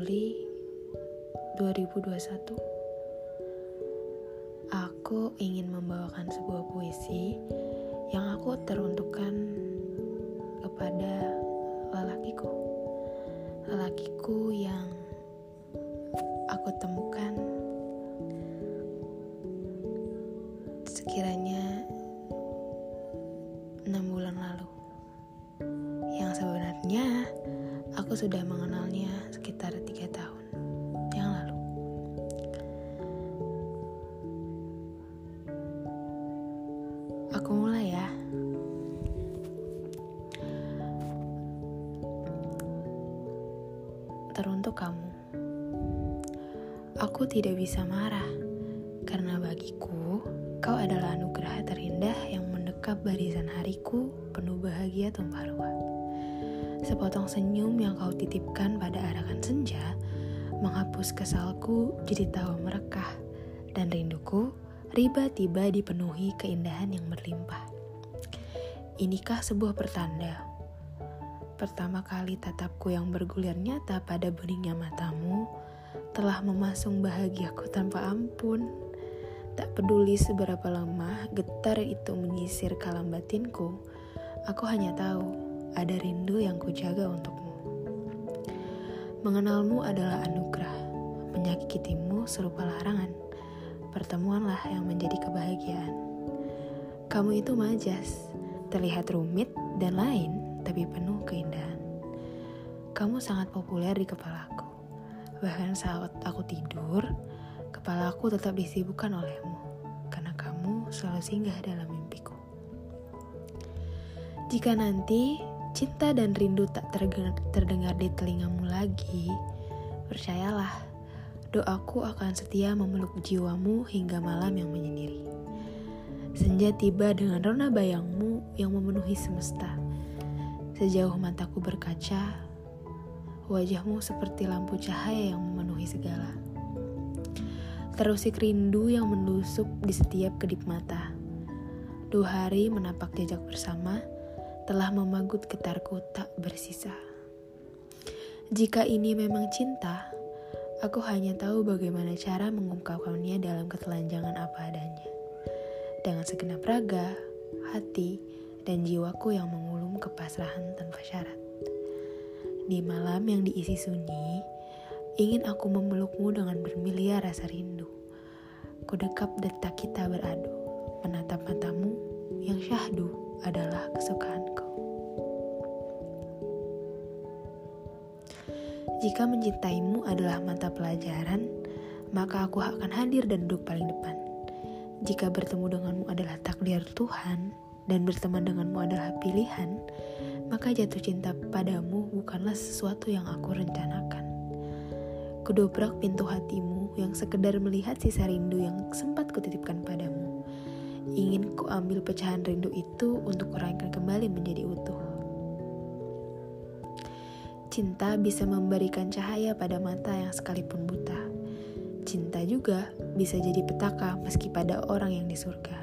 Juli 2021. Aku ingin membawakan sebuah puisi yang aku teruntukkan kepada lelakiku yang aku temukan sekiranya 6 bulan lalu, yang sebenarnya aku sudah mengenalnya sekitar 3 tahun yang lalu. Aku mulai ya. Teruntuk kamu. Aku tidak bisa marah, karena bagiku kau adalah anugerah terindah yang mendekap barisan hariku penuh bahagia tumpah ruah. Sepotong senyum yang kau titipkan pada arakan senja menghapus kesalku jadi tawa merekah, dan rinduku tiba-tiba dipenuhi keindahan yang berlimpah. Inikah sebuah pertanda? Pertama kali tatapku yang bergulir nyata pada beningnya matamu telah memasung bahagiaku tanpa ampun. Tak peduli seberapa lemah getar itu menyisir kalam batinku, aku hanya tahu ada rindu yang kujaga untukmu. Mengenalmu adalah anugerah, menyakitimu serupa larangan. Pertemuanlah yang menjadi kebahagiaan. Kamu itu majas, terlihat rumit dan lain, tapi penuh keindahan. Kamu sangat populer di kepalaku. Bahkan saat aku tidur, kepalaku tetap disibukkan olehmu, karena kamu selalu singgah dalam mimpiku. Jika nanti cinta dan rindu tak terdengar di telingamu lagi, percayalah, doaku akan setia memeluk jiwamu hingga malam yang menyendiri. Senja tiba dengan rona bayangmu yang memenuhi semesta. Sejauh mataku berkaca, wajahmu seperti lampu cahaya yang memenuhi segala. Terusik rindu yang menusuk di setiap kedip mata. 2 hari menapak jejak bersama telah memagut getarku tak bersisa. Jika ini memang cinta, aku hanya tahu bagaimana cara mengungkapkannya dalam ketelanjangan apa adanya. Dengan segenap raga, hati, dan jiwaku yang mengulum kepasrahan tanpa syarat. Di malam yang diisi sunyi, ingin aku memelukmu dengan bermiliar rasa rindu. Ku dekap detak kita beradu, menatap matamu yang syahdu adalah kesukaanku. Jika mencintaimu adalah mata pelajaran, maka aku akan hadir dan duduk paling depan. Jika bertemu denganmu adalah takdir Tuhan, dan berteman denganmu adalah pilihan, maka jatuh cinta padamu bukanlah sesuatu yang aku rencanakan. Kudobrak pintu hatimu yang sekedar melihat sisa rindu yang sempat kutitipkan padamu. Ingin ku ambil pecahan rindu itu untuk kurangkan kembali menjadi utuh. Cinta bisa memberikan cahaya pada mata yang sekalipun buta. Cinta juga bisa jadi petaka meski pada orang yang di surga.